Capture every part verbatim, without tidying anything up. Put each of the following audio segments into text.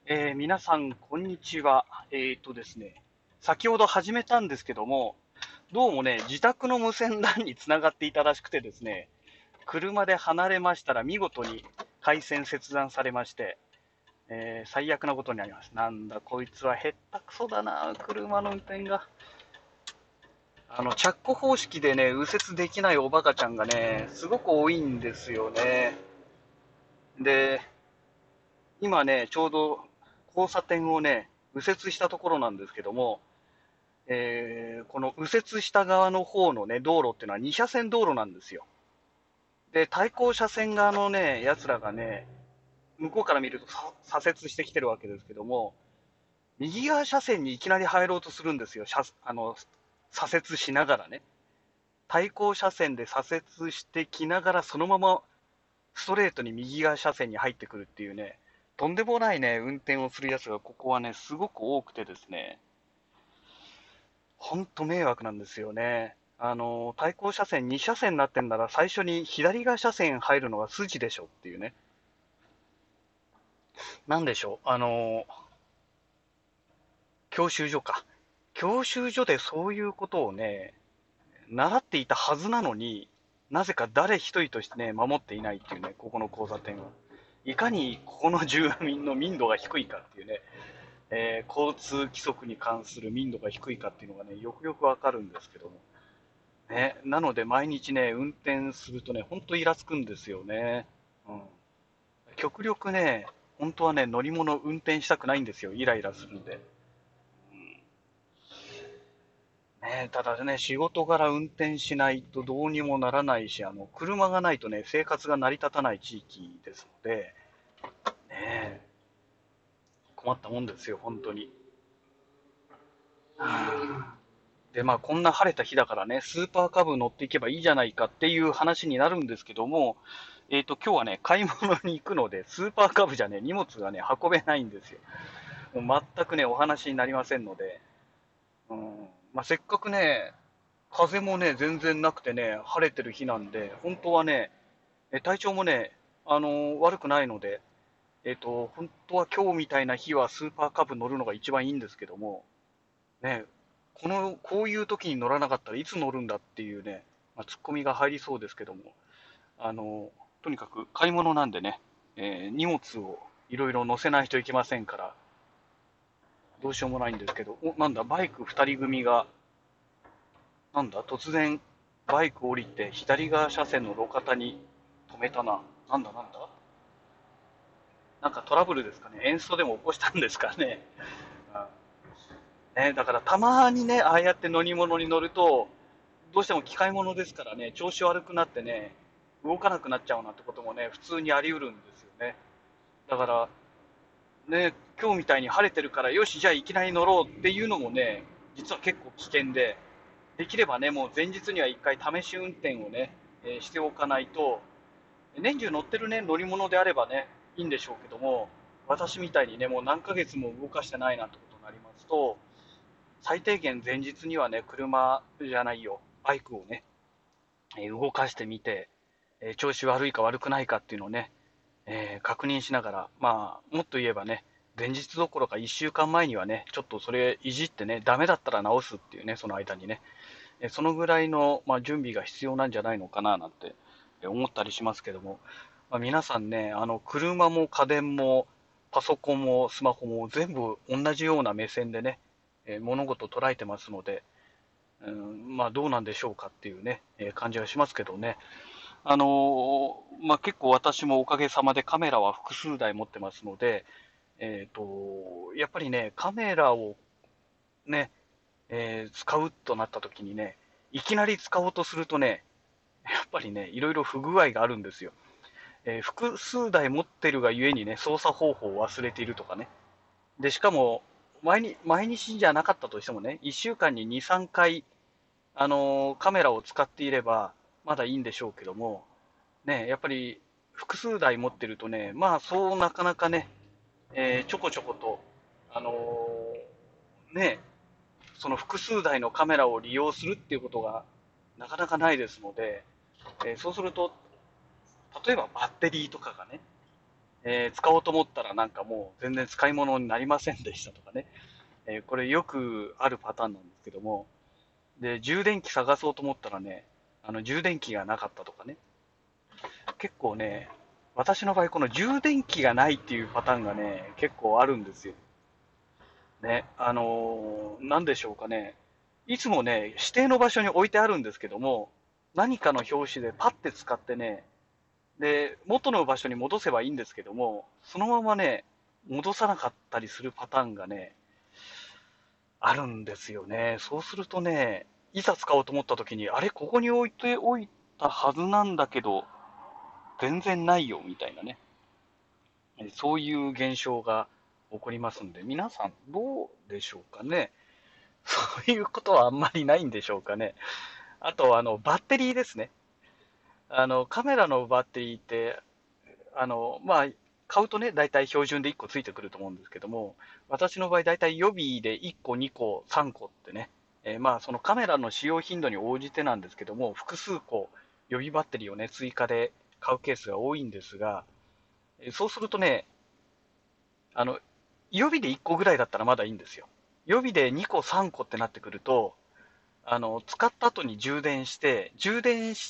えー皆さん、こんにちは。えーとですね、先ほど始めたんですけども、どうもね、自宅の無線 ラン につながっていたらしくてですね、車で離れましたら見事に回線切断されまして、えー最悪なことになります。なんだ、こいつはへったくそだな、車の運転が。あの、着工方式でね、右折できないおバカちゃんがね、すごく多いんですよね。で、今ね、ちょうど交差点をね、右折したところなんですけども、えーこの右折した側の方のね、道路っていうのはに車線道路なんですよ。で、対向車線側のね、奴らがね、向こうから見ると左折してきてるわけですけども、右側車線にいきなり入ろうとするんですよ。車あの、左折しながらね。対向車線で左折してきながら、そのままストレートに右側車線に入ってくるっていうね、とんでもないね、運転をする奴がここはね、すごく多くてですね、ほんと迷惑なんですよね。あの、対向車線に車線になってんなら最初に左側車線入るのが筋でしょっていうね。なんでしょう。あの、教習所か。教習所でそういうことをね、習っていたはずなのに、なぜか誰一人としてね、守っていないっていうね、ここの交差点は。いかにここの住民の民度が低いかっていうね、えー交通規則に関する民度が低いかっていうのがね、よくよくわかるんですけども。ね、なので毎日ね、運転するとね、ほんとイラつくんですよね。うん。極力ね、本当はね、乗り物運転したくないんですよ。イライラするんで。ね、ただね、仕事柄運転しないとどうにもならないし、あの、車がないとね、生活が成り立たない地域ですので、ね、困ったもんですよ、本当に。で、まあ、こんな晴れた日だからね、スーパーカブ乗っていけばいいじゃないかっていう話になるんですけども、えっと、今日はね、買い物に行くので、スーパーカブじゃね、荷物がね、運べないんですよ。もう全くね、お話になりませんので、うん、まあ、せっかくね、風もね、全然なくてね、晴れてる日なんで、本当はね、え体調もね、あのー悪くないので、えっと、本当は今日みたいな日はスーパーカブ乗るのが一番いいんですけども、ね、この、こういう時に乗らなかったらいつ乗るんだっていうね、まあ、ツッコミが入りそうですけども、あの、とにかく買い物なんでね、えー荷物をいろいろ乗せないといけませんから、どうしようもないんですけど、お、なんだ、バイク二人組が、なんだ、突然、バイク降りて左側車線の路肩に止めたな。なんだなんだなんかトラブルですかね。演奏でも起こしたんですかね。うん、ね、だからたまにね、ああやって乗り物に乗ると、どうしても機械物ですからね、調子悪くなってね、動かなくなっちゃうなんてこともね、普通にあり得るんですよね。だから、ね、今日みたいに晴れてるから、よし、じゃあいきなり乗ろうっていうのもね、実は結構危険で、できればね、もう前日には一回試し運転をね、えーしておかないと、年中乗ってるね、乗り物であればね、いいんでしょうけども、私みたいにね、もう何ヶ月も動かしてないなんてことになりますと、最低限前日にはね、車じゃないよ、バイクをね、え動かしてみて、え調子悪いか悪くないかっていうのをね、えー確認しながら、まあ、もっと言えばね、前日どころかいっしゅうかんまえにはね、ちょっとそれいじってね、ダメだったら直すっていうね、その間にね、えそのぐらいの、まあ、準備が必要なんじゃないのかななんて思ったりしますけども、まあ、皆さんね、あの車も家電もパソコンもスマホも全部同じような目線でね、えー物事を捉えてますので、うん、まあどうなんでしょうかっていうね、えー感じがしますけどね。あのーまあ結構私もおかげさまでカメラは複数台持ってますので、えっと、やっぱりね、カメラをね、えー使うとなった時にね、いきなり使おうとするとね、やっぱりね、いろいろ不具合があるんですよ。えー複数台持ってるがゆえにね、操作方法を忘れているとかね。で、しかも、毎日、毎日じゃなかったとしてもね、いっしゅうかんにに、さんかい、あのーカメラを使っていれば、まだいいんでしょうけども、ね、やっぱり複数台持ってるとね、まあそうなかなかね、えーちょこちょこと、あのーね、その複数台のカメラを利用するっていうことがなかなかないですので、えーそうすると、例えばバッテリーとかがね、 えー使おうと思ったらなんかもう全然使い物になりませんでしたとかね。えーこれよくあるパターンなんですけども、で、充電器探そうと思ったらね、あの充電器がなかったとかね、結構ね、私の場合この充電器がないっていうパターンがね、結構あるんですよ。ね、あのーなんでしょうかね。いつもね、指定の場所に置いてあるんですけども、何かの拍子でパッて使ってね、で、元の場所に戻せばいいんですけども、そのままね、戻さなかったりするパターンがね、あるんですよね。そうするとね、いざ使おうと思った時に、あれ、ここに置いておいたはずなんだけど、全然ないよ、みたいなね。そういう現象が起こりますんで、皆さんどうでしょうかね。そういうことはあんまりないんでしょうかね。あと、あの、バッテリーですね。あの、カメラのバッテリーって、あの、まあ、買うとね、大体標準でいっこついてくると思うんですけども、私の場合大体予備でいっこ、にこ、さんこってね、えーまあ、そのカメラの使用頻度に応じてなんですけども、複数個予備バッテリーをね、追加で買うケースが多いんですが、えーそうするとね、あの、予備でいっこぐらいだったらまだいいんですよ。予備でにこ、さんこってなってくると、あの、使った後に充電して、充電して、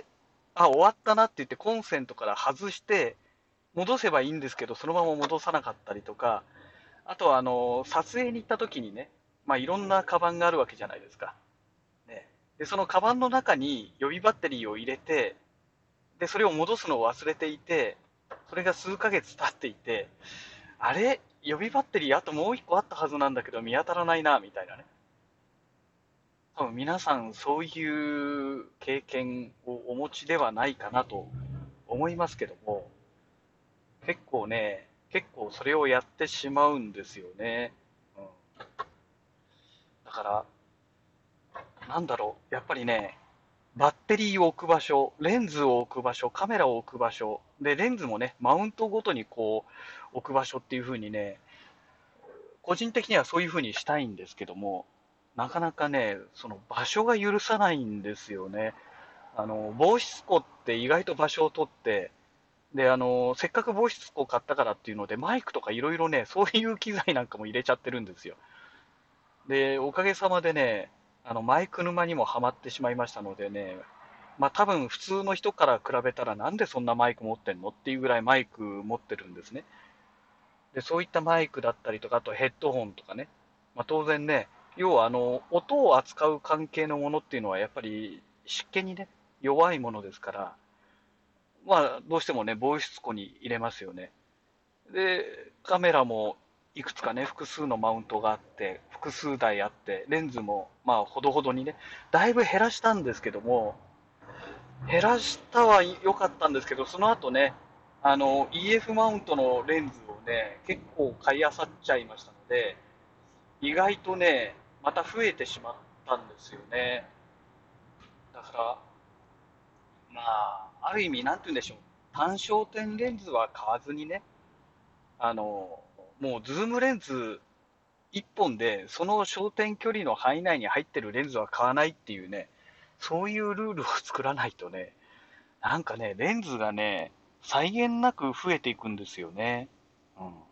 あ、終わったなって言ってコンセントから外して、戻せばいいんですけど、そのまま戻さなかったりとか、あとは、あの、撮影に行った時にね、まあ、いろんなカバンがあるわけじゃないですか。ね。で、そのカバンの中に予備バッテリーを入れて、で、それを戻すのを忘れていて、それが数ヶ月経っていて、あれ予備バッテリーあともう一個あったはずなんだけど見当たらないな、みたいなね。多分皆さんそういう経験をお持ちではないかなと思いますけども、結構ね、結構それをやってしまうんですよね。うん、だから、なんだろう、やっぱりね、バッテリーを置く場所、レンズを置く場所、カメラを置く場所、で、レンズもね、マウントごとにこう、置く場所っていう風にね、個人的にはそういう風にしたいんですけども、なかなかね、その場所が許さないんですよね。あの、防湿庫って意外と場所を取って、で、あの、せっかく防湿庫買ったからっていうので、マイクとかいろいろね、そういう機材なんかも入れちゃってるんですよ。で、おかげさまでね、あの、マイク沼にもハマってしまいましたのでね、まあ多分普通の人から比べたらなんでそんなマイク持ってんのっていうぐらいマイク持ってるんですね。で、そういったマイクだったりとか、あとヘッドホンとかね。まあ当然ね、要はあの、音を扱う関係のものっていうのはやっぱり湿気にね、弱いものですから、まあどうしてもね、防湿庫に入れますよね。で、カメラもいくつかね、複数のマウントがあって、複数台あって、レンズもまあほどほどにね、だいぶ減らしたんですけども、減らしたは良かったんですけど、その後ね、あの、イーエフ マウントのレンズをね、結構買い漁っちゃいましたので、意外とね、また増えてしまったんですよね。だから、まあ、ある意味、なんて言うんでしょう。単焦点レンズは買わずにね、あの、もうズームレンズ一本で、その焦点距離の範囲内に入ってるレンズは買わないっていうね、そういうルールを作らないとね、なんかね、レンズがね、際限なく増えていくんですよね。うん。い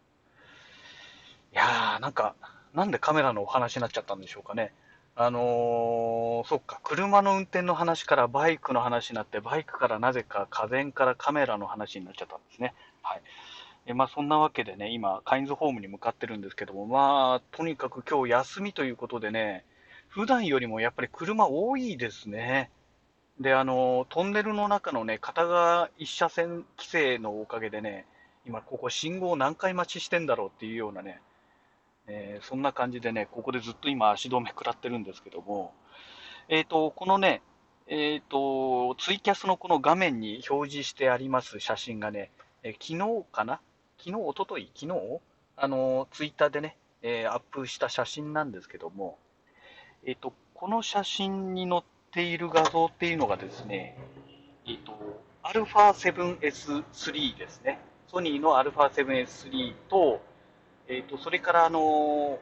やー、なんか、なんでカメラのお話になっちゃったんでしょうかね。あのー、そっか、車の運転の話からバイクの話になって、バイクからなぜか家電からカメラの話になっちゃったんですね。はい。えまあ、そんなわけでね、今、カインズホームに向かってるんですけども、まあ、とにかく今日休みということでね、普段よりもやっぱり車多いですね。で、あの、トンネルの中のね、片側一車線規制のおかげでね、今ここ信号何回待ちしてんだろうっていうようなね、えーそんな感じでね、ここでずっと今足止め食らってるんですけども、えっと、このね、えっと、ツイキャスのこの画面に表示してあります写真がね、えー昨日かな昨日、一昨日昨日あの、ツイッターでね、えーアップした写真なんですけども、えっと、この写真に載っている画像っていうのがですね、えっと、アルファセブンエススリー ですね。ソニーの アルファセブンエススリー と、えっと、それからあのー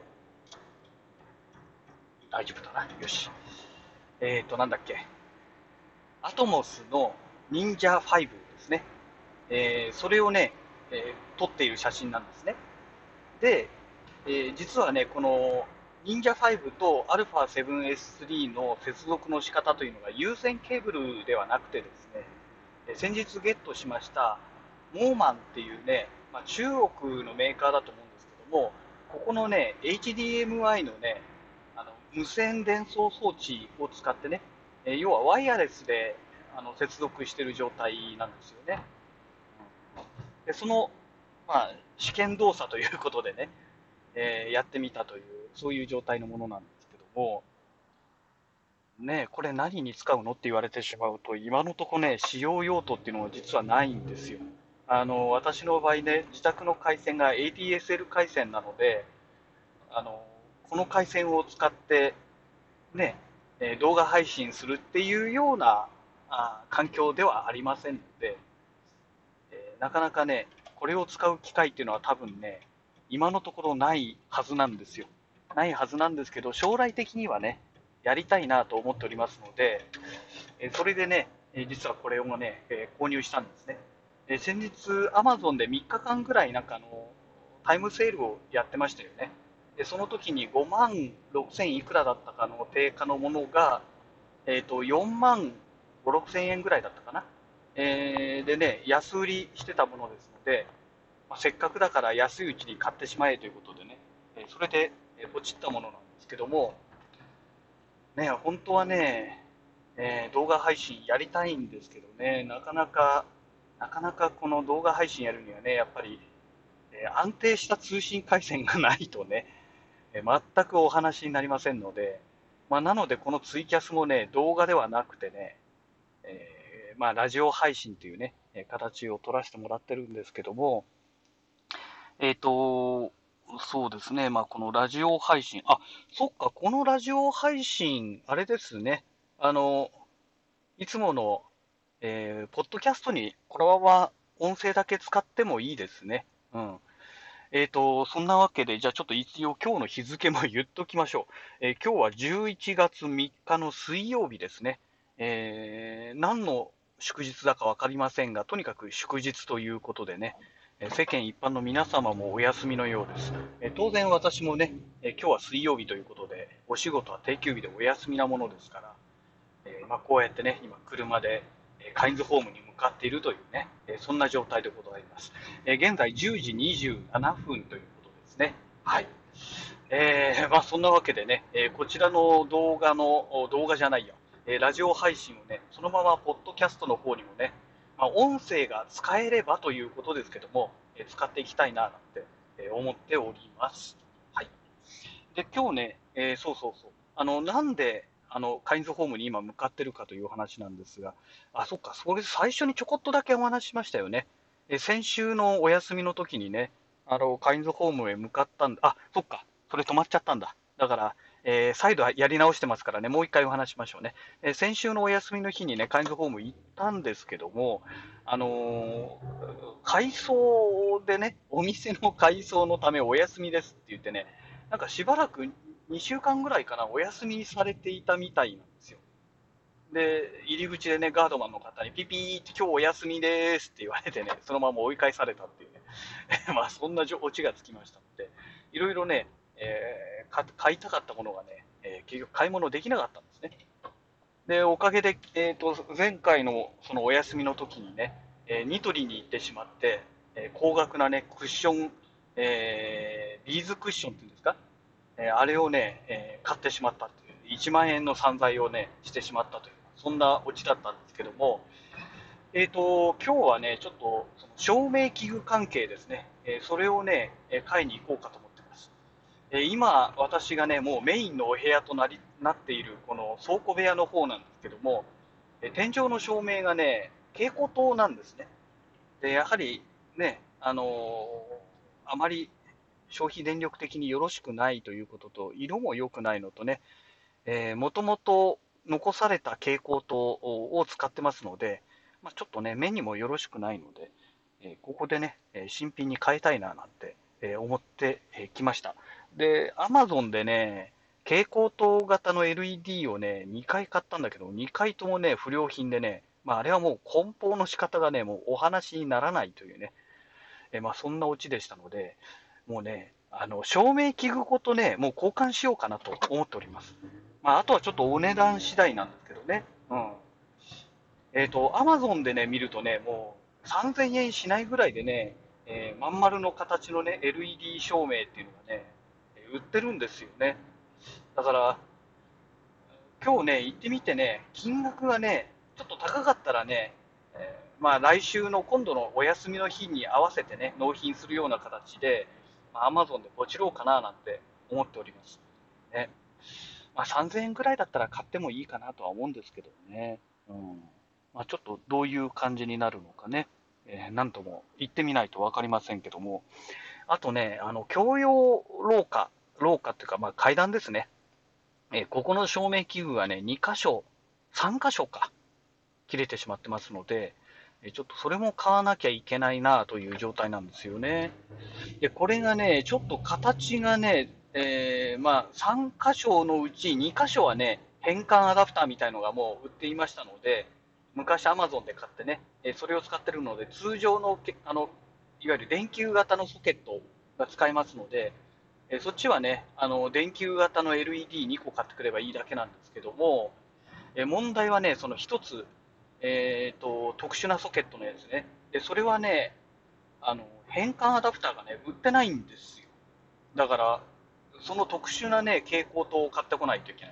大丈夫だな。よし。えっと、なんだっけ。アトモスの忍者ファイブですね。えーそれをね、 えー撮っている写真なんですね。で、えー実はね、この忍者ファイブと アルファセブンエススリー の接続の仕方というのが有線ケーブルではなくてですね、え先日ゲットしましたモーマンっていうね、まあ、中国のメーカーだと思うんですけども、ここのね、エイチディーエムアイ のね、あの無線伝送装置を使ってね、え要はワイヤレスであの接続している状態なんですよね。で、その、まあ、試験動作ということでね、えーやってみたという、そういう状態のものなんですけども、ね、これ何に使うのって言われてしまうと、今のところね、使用用途っていうのは実はないんですよ。あの、私の場合ね、自宅の回線が エーディーエスエル 回線なので、あの、この回線を使ってね、え動画配信するっていうようなあ環境ではありませんので、えーなかなかね、これを使う機会っていうのは多分ね、今のところないはずなんですよ。ないはずなんですけど、将来的にはね、やりたいなと思っておりますので、えーそれでね、えー実はこれをね、えー購入したんですね。で先日、アマゾンでみっかかんぐらいなんかあのタイムセールをやってましたよね。でその時にごまんろくせんいくらだったかの定価のものが、えっと、よんまんご、ろくせんえんぐらいだったかな。えーでね、安売りしてたものですので、まあ、せっかくだから安いうちに買ってしまえということでね、えーそれで、えーポチったものなんですけども、ね、本当はね、えー動画配信やりたいんですけどね、なかなか、なかなかこの動画配信やるにはね、やっぱり、えー安定した通信回線がないとね、えー全くお話になりませんので、まあ、なのでこのツイキャスもね、動画ではなくてね、えーまあ、ラジオ配信というね、形を取らせてもらってるんですけども、えっと、そうですね、まあ、このラジオ配信、あ、そっか、このラジオ配信、あれですね、あの、いつもの、えーポッドキャストに、このまま音声だけ使ってもいいですね。うん。えっと、そんなわけで、じゃあちょっと一応今日の日付も言っときましょう。えー今日はじゅういちがつみっかの水曜日ですね。えー何の祝日だかわかりませんが、とにかく祝日ということでね、えー世間一般の皆様もお休みのようです。えー当然私もね、えー今日は水曜日ということで、お仕事は定休日でお休みなものですから、えーまあ、こうやってね、今車で、えーカインズホームに向かっているというね、えーそんな状態でございます。えー現在じゅうじにじゅうななふんということですね。はい。えーまあ、そんなわけでね、えーこちらの動画の、動画じゃないよ、えーラジオ配信をね、そのままポッドキャストの方にもね、まあ、音声が使えればということですけども、えー使っていきたいななんて、えー思っております。はい。で、今日ね、えーそうそうそう。あの、なんで、あの、カインズホームに今向かってるかという話なんですが、あ、そっか、それ最初にちょこっとだけお話ししましたよね。えー先週のお休みの時にね、あの、カインズホームへ向かったんだ。あ、そっか、それ止まっちゃったんだ。だから、えー再度やり直してますからね、もう一回お話しましょうね。えー先週のお休みの日にね、カインズホーム行ったんですけども、あのー改装でね、お店の改装のためお休みですって言ってね、なんかしばらくにしゅうかんぐらいかな、お休みされていたみたいなんですよ。で、入り口でね、ガードマンの方にピピーって今日お休みですって言われてね、そのまま追い返されたっていうね、まあそんなオチがつきましたので、いろいろね、えー買いたかったものがね、えー結局買い物できなかったんですね。で、おかげで、えっと、前回のそのお休みの時にね、えーニトリに行ってしまって、えー高額なね、クッション、えービーズクッションっていうんですか、えーあれをね、えー買ってしまったという、いちまん円の散財をね、してしまったという、そんなオチだったんですけども、えっと、今日はね、ちょっと、その照明器具関係ですね、えーそれをね、えー買いに行こうかと思ってます。えー今、私がね、もうメインのお部屋となりなっている、この倉庫部屋の方なんですけども、えー天井の照明がね、蛍光灯なんですね。で、やはりね、あのーあまり消費電力的によろしくないということと、色も良くないのとね、えー、もともと残された蛍光灯を使ってますので、まあ、ちょっとね、目にもよろしくないので、えーここでね、新品に変えたいななんて、えー思ってきました。で、アマゾンでね、蛍光灯型の エルイーディー をね、にかい買ったんだけど、にかいともね、不良品でね、まあ、あれはもう梱包の仕方がね、もうお話にならないというね、 えまあ、そんなオチでしたので、もうね、あの、照明器具ごとね、もう交換しようかなと思っております。まあ、あとはちょっとお値段次第なんですけどね。うん。えっと、アマゾンでね、見るとね、もうさんぜんえんしないぐらいでね、えーまん丸の形のね、エルイーディー 照明っていうのがね、売ってるんですよね。だから、今日ね、行ってみてね、金額がね、ちょっと高かったらね、えーまあ来週の今度のお休みの日に合わせてね、納品するような形で、まあ、Amazon でポチろうかななんて思っております。ね。まあさんぜんえんぐらいだったら買ってもいいかなとは思うんですけどね。うん。まあちょっとどういう感じになるのかね、えーなんとも行ってみないとわかりませんけども、あとね、あの、共用廊下、廊下っていうか、まあ階段ですね。えーここの照明器具がね、に箇所、さん箇所か、切れてしまってますので、えーちょっとそれも買わなきゃいけないなという状態なんですよね。で、これがね、ちょっと形がね、えーまあ、さん箇所のうちに箇所はね、変換アダプターみたいのがもう売っていましたので、昔 Amazon で買ってね、えーそれを使ってるので、通常のけ、あの、いわゆる電球型のソケットが使えますので、えーそっちはね、あの、電球型の エルイーディーに 個買ってくればいいだけなんですけども、えー問題はね、その一つ、えっと、特殊なソケットのやつね。で、それはね、あの、変換アダプターがね、売ってないんですよ。だから、その特殊なね、蛍光灯を買ってこないといけない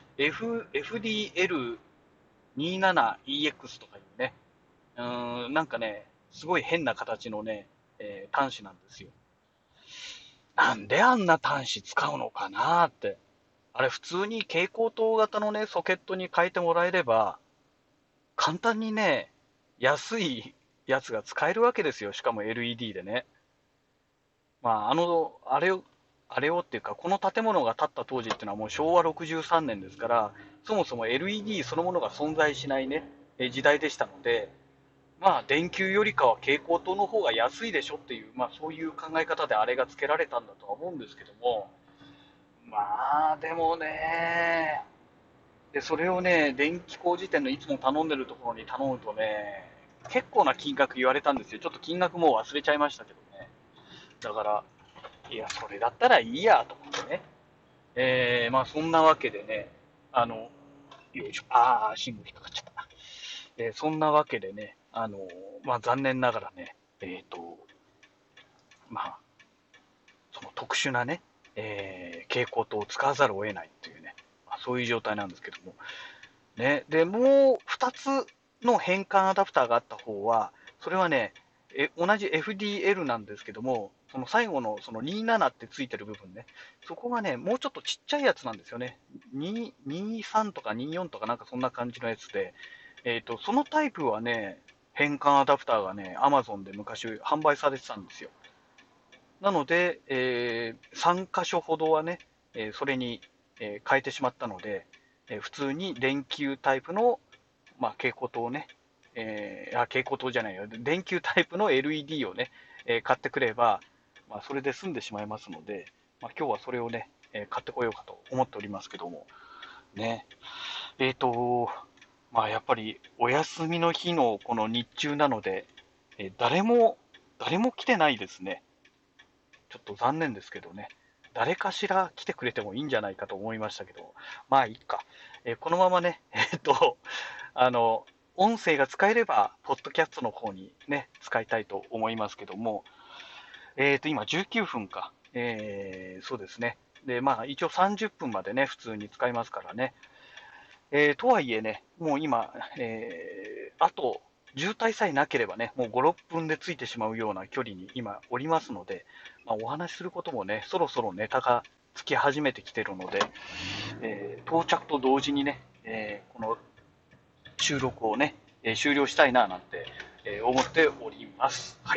。F、エフディーエルにじゅうななイーエックス とかいうね、うーん、なんかね、すごい変な形のね、えー端子なんですよ。なんであんな端子使うのかなって。あれ普通に蛍光灯型のね、ソケットに変えてもらえれば、簡単にね、安いやつが使えるわけですよ。しかも エルイーディー でね。まあ、あの、あれを、あれをっていうか、この建物が建った当時っていうのはもうしょうわろくじゅうさんねんですから、そもそも エルイーディー そのものが存在しないね、え時代でしたので、まあ、電球よりかは蛍光灯の方が安いでしょっていう、まあ、そういう考え方であれが付けられたんだとは思うんですけども、まあ、でもね、で、それをね、電気工事店のいつも頼んでるところに頼むとね、結構な金額言われたんですよ。ちょっと金額もう忘れちゃいましたけどね。だから、いや、それだったらいいやと思ってね。えー、まあそんなわけでね、あの、よいしょ、あー、信号引っかかっちゃった。えーそんなわけでね、あの、まあ残念ながらね、えっ、と、まあ、その特殊なね、えー、蛍光灯を使わざるを得ないっていうね、まあ、そういう状態なんですけども、ね、で、もうふたつの変換アダプターがあった方は、それはね、え同じ エフディーエル なんですけども、その最後のそのにじゅうななってついてる部分ね、そこがね、もうちょっとちっちゃいやつなんですよね。にじゅうさんとかにじゅうよんとかなんかそんな感じのやつで、えっ、と、そのタイプはね、変換アダプターがね、Amazon で昔販売されてたんですよ。なので、えー、さん箇所ほどはね、えーそれに、えー変えてしまったので、えー普通に電球タイプの、まあ、蛍光灯をね、えーあ、蛍光灯じゃないよ、電球タイプの エルイーディー をね、えー買ってくれば、まあ、それで済んでしまいますので、まあ、今日はそれをね、えー買ってこようかと思っておりますけども、ね。えっ、と、まあ、やっぱりお休みの日のこの日中なので、えー誰も、誰も来てないですね。ちょっと残念ですけどね、誰かしら来てくれてもいいんじゃないかと思いましたけど、まあいいか。えーこのままね、えっと、あの、音声が使えれば、ポッドキャストの方にね、使いたいと思いますけども、えっと、今じゅうきゅうふんか。えー、そうですね。で、まあ一応さんじゅっぷんまでね、普通に使いますからね。えーとはいえね、もう今、えーあと、渋滞さえなければね、もうご、ろっぷんで着いてしまうような距離に今おりますので、まあ、お話しすることもね、そろそろネタがつき始めてきているので、えー到着と同時にね、えーこの収録をね、えー終了したいななんて、えー思っております。はい。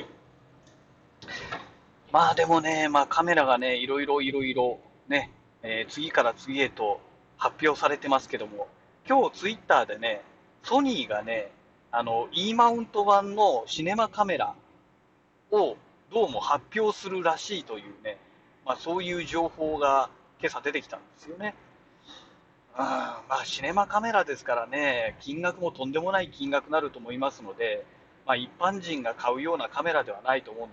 まあでもね、まあカメラがね、いろいろいろいろね、えー次から次へと発表されてますけども、今日ツイッターでね、ソニーがね、あの E マウント版のシネマカメラをどうも発表するらしいというね、まあそういう情報が今朝出てきたんですよね。うん、まあシネマカメラですからね、金額もとんでもない金額になると思いますので、まあ一般人が買うようなカメラではないと思うんですけど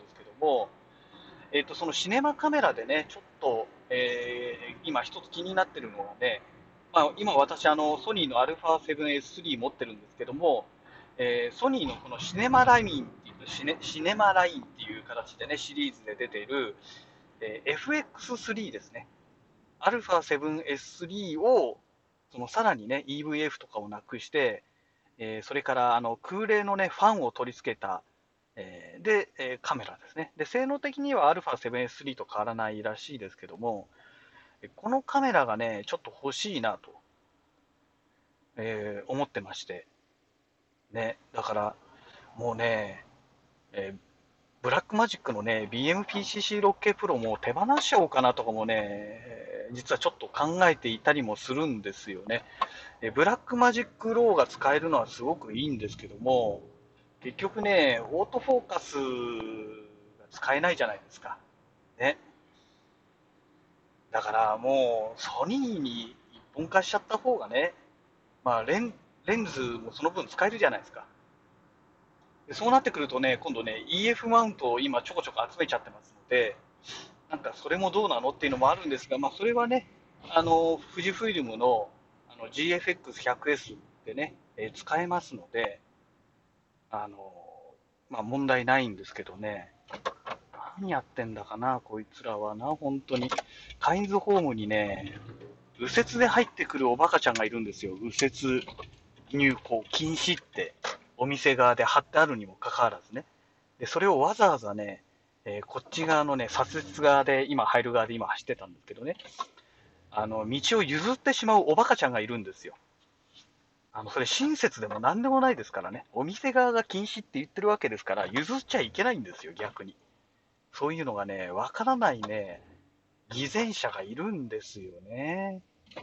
も、えっと、そのシネマカメラでね、ちょっと、えー今一つ気になってるのがね、まあ、今私、あの、ソニーの α セブンエススリー 持ってるんですけども、えーソニーのこのシネマラインっていうシネ、シネマラインっていう形でね、シリーズで出ている、えー エフエックススリー ですね。α セブンエススリー を、そのさらにね、イーブイエフ とかをなくして、えーそれからあの空冷のね、ファンを取り付けた、えーで、えーカメラですね。で、性能的には α セブンエススリー と変わらないらしいですけども、このカメラがね、ちょっと欲しいなと、えー思ってまして、ね、だからもうね、えーブラックマジックのね、ビーエムピーシーシーろくケー Pro も手放しちゃおうかなとかもね、実はちょっと考えていたりもするんですよね。ブラックマジックローが使えるのはすごくいいんですけども、結局ね、オートフォーカスが使えないじゃないですか。ね。だからもう、ソニーに一本化しちゃった方がね、まあレン、レンズもその分使えるじゃないですか。でそうなってくるとね、今度ね、イーエフ マウントを今ちょこちょこ集めちゃってますので、なんかそれもどうなのっていうのもあるんですが、まあそれはね、あの、富士フイルムのあの ジーエフエックスひゃくエス でね、えー使えますので、あの、まあ問題ないんですけどね、何やってんだかな、こいつらはな、本当に。カインズホームにね、右折で入ってくるおバカちゃんがいるんですよ。右折入庫禁止ってお店側で貼ってあるにもかかわらずね。で、それをわざわざね、えーこっち側のね、左折側で、今入る側で今走ってたんですけどね、あの、道を譲ってしまうおバカちゃんがいるんですよ。あの、それ親切でも何でもないですからね。お店側が禁止って言ってるわけですから、譲っちゃいけないんですよ、逆に。そういうのがね、わからないね、偽善者がいるんですよね。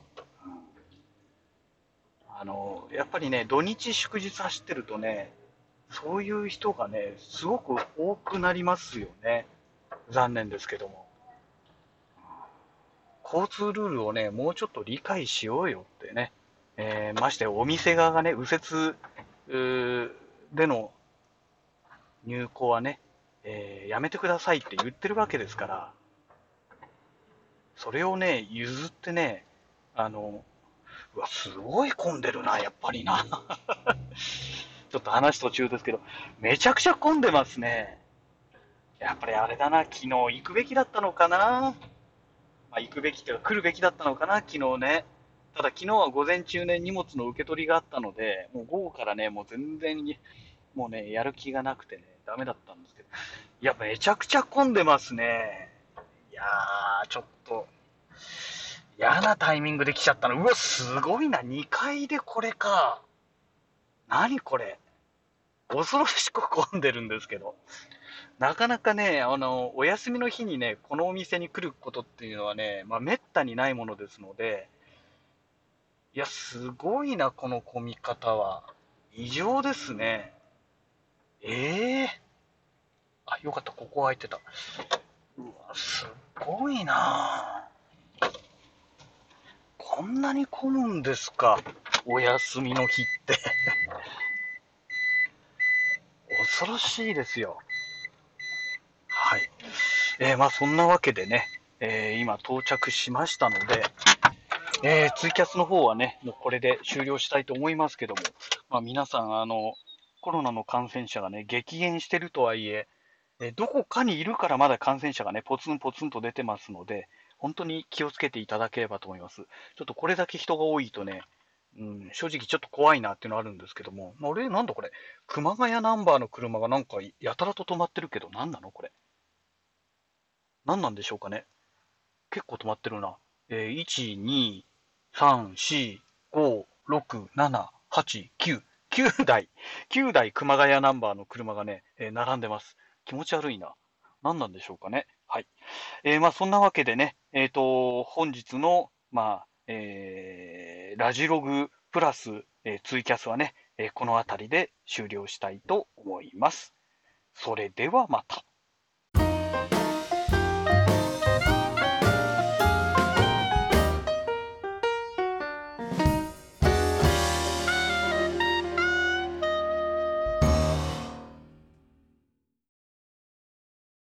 あの、やっぱりね、土日祝日走ってるとね、そういう人がね、すごく多くなりますよね。残念ですけども。交通ルールをね、もうちょっと理解しようよってね。えーましてお店側がね、右折での入庫はね、えーやめてくださいって言ってるわけですから、それをね、譲ってね、あの、うわ、すごい混んでるな、やっぱりな。ちょっと話途中ですけど、めちゃくちゃ混んでますね。やっぱりあれだな、昨日行くべきだったのかな。まあ、行くべきというか来るべきだったのかな、昨日ね。ただ昨日は午前中ね、荷物の受け取りがあったので、もう午後からね、もう全然、もうね、やる気がなくてね、ダメだったんですけど。いや、めちゃくちゃ混んでますね。いやー、ちょっと、嫌なタイミングで来ちゃったの。うわ、すごいな。にかいでこれか。何これ。恐ろしく混んでるんですけど。なかなかね、あの、お休みの日にね、このお店に来ることっていうのはね、まあ、めったにないものですので、いや、すごいな、この混み方は。異常ですね。ええーあ、よかった、ここ空いてた。うわ、すごいな。こんなに混むんですか。お休みの日って。恐ろしいですよ。はい。えー、まあそんなわけでね、えー今到着しましたので、えーツイキャスの方はね、もうこれで終了したいと思いますけども、まあ皆さん、あの、コロナの感染者がね、激減してるとはいえ、えどこかにいるからまだ感染者がね、ポツンポツンと出てますので、本当に気をつけていただければと思います。ちょっとこれだけ人が多いとね、うん、正直ちょっと怖いなっていうのはあるんですけども、あれ、なんだこれ、熊谷ナンバーの車がなんかやたらと止まってるけど、なんなのこれ。何なんでしょうかね。結構止まってるな。えー、いち、に、さん、よん、ご、ろく、なな、はち、きゅう。きゅうだい。きゅうだい熊谷ナンバーの車がね、えー並んでます。気持ち悪いな。何なんでしょうかね。はい。えーまあそんなわけでね、えっ、と、本日の、まあ、えーラジログプラス、えーツイキャスはね、えーこの辺りで終了したいと思います。それではまた。